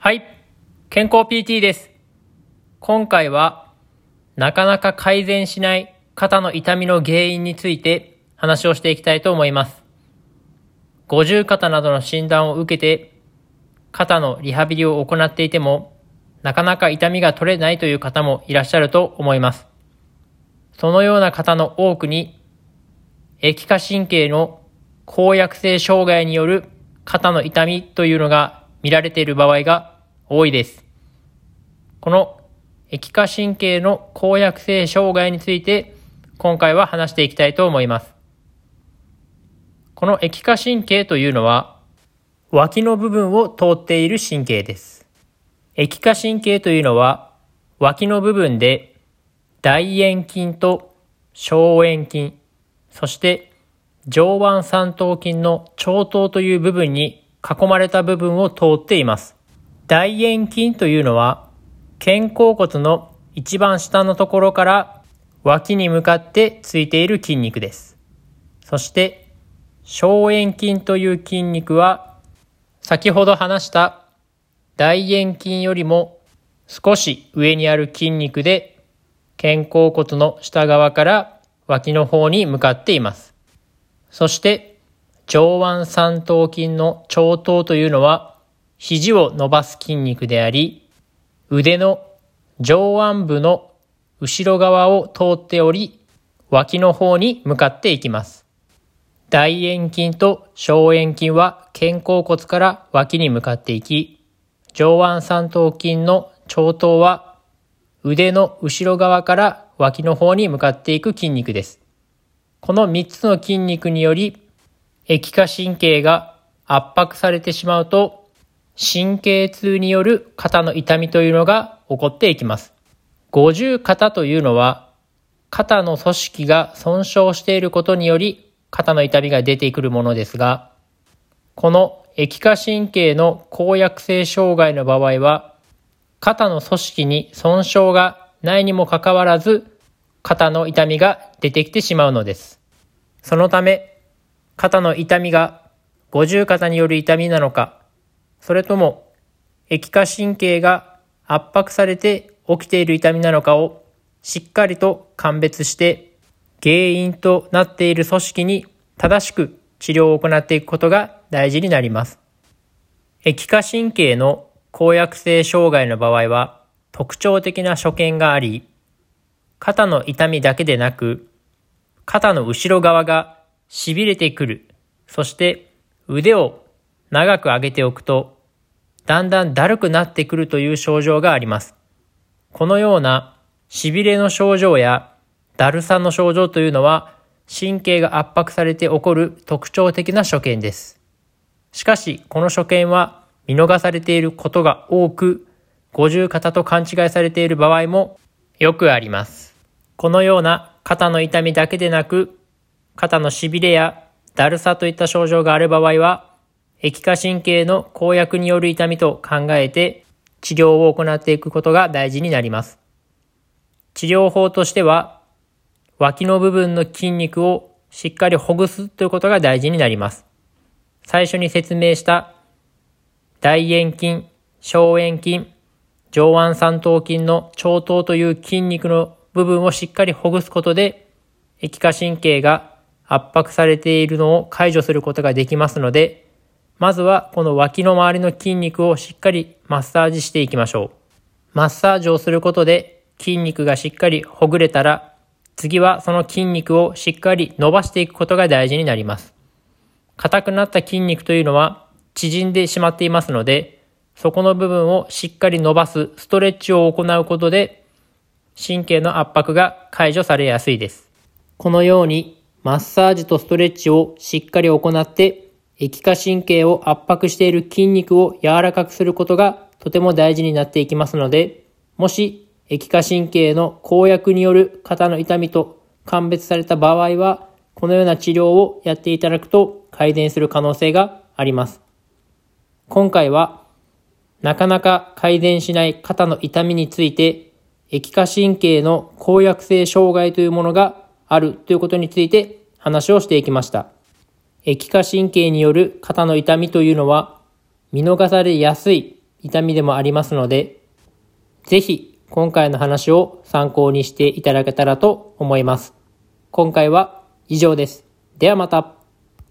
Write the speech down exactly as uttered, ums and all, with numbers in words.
はい、健康 ピーティー です。今回はなかなか改善しない肩の痛みの原因について話をしていきたいと思います。五十肩などの診断を受けて肩のリハビリを行っていてもなかなか痛みが取れないという方もいらっしゃると思います。そのような方の多くに液化神経の抗薬性障害による肩の痛みというのが見られている場合が多いです。この液化神経の抗薬性障害について今回は話していきたいと思います。この液化神経というのは脇の部分を通っている神経です。液化神経というのは脇の部分で大円筋と小円筋、そして上腕三頭筋の長頭という部分に囲まれた部分を通っています。大円筋というのは肩甲骨の一番下のところから脇に向かってついている筋肉です。そして小円筋という筋肉は先ほど話した大円筋よりも少し上にある筋肉で肩甲骨の下側から脇の方に向かっています。そして上腕三頭筋の長頭というのは肘を伸ばす筋肉であり、腕の上腕部の後ろ側を通っており、脇の方に向かっていきます。大円筋と小円筋は肩甲骨から脇に向かっていき、上腕三頭筋の長頭は腕の後ろ側から脇の方に向かっていく筋肉です。このみっつの筋肉により液化神経が圧迫されてしまうと神経痛による肩の痛みというのが起こっていきます。五十肩というのは肩の組織が損傷していることにより肩の痛みが出てくるものですが、この液化神経の抗薬性障害の場合は肩の組織に損傷がないにもかかわらず肩の痛みが出てきてしまうのです。そのため肩の痛みが五十肩による痛みなのか、それとも液化神経が圧迫されて起きている痛みなのかをしっかりと鑑別して原因となっている組織に正しく治療を行っていくことが大事になります。液化神経の抗薬性障害の場合は特徴的な所見があり、肩の痛みだけでなく肩の後ろ側が痺れてくる、そして腕を長く上げておくとだんだんだるくなってくるという症状があります。このような痺れの症状やだるさの症状というのは神経が圧迫されて起こる特徴的な所見です。しかしこの所見は見逃されていることが多く、五十肩と勘違いされている場合もよくあります。このような肩の痛みだけでなく、肩のしびれやだるさといった症状がある場合は、液化神経の抗薬による痛みと考えて治療を行っていくことが大事になります。治療法としては、脇の部分の筋肉をしっかりほぐすということが大事になります。最初に説明した大円筋、小円筋、上腕三頭筋の長頭という筋肉の部分をしっかりほぐすことで液化神経が圧迫されているのを解除することができますので、まずはこの脇の周りの筋肉をしっかりマッサージしていきましょう。マッサージをすることで筋肉がしっかりほぐれたら、次はその筋肉をしっかり伸ばしていくことが大事になります。硬くなった筋肉というのは縮んでしまっていますので、そこの部分をしっかり伸ばすストレッチを行うことで神経の圧迫が解除されやすいです。このようにマッサージとストレッチをしっかり行って液化神経を圧迫している筋肉を柔らかくすることがとても大事になっていきますので、もし液化神経の抗薬による肩の痛みと鑑別された場合は、このような治療をやっていただくと改善する可能性があります。今回はなかなか改善しない肩の痛みについて、液化神経の抗薬性障害というものがあるということについて話をしていきました。液化神経による肩の痛みというのは見逃されやすい痛みでもありますので、ぜひ今回の話を参考にしていただけたらと思います。今回は以上です。ではまた。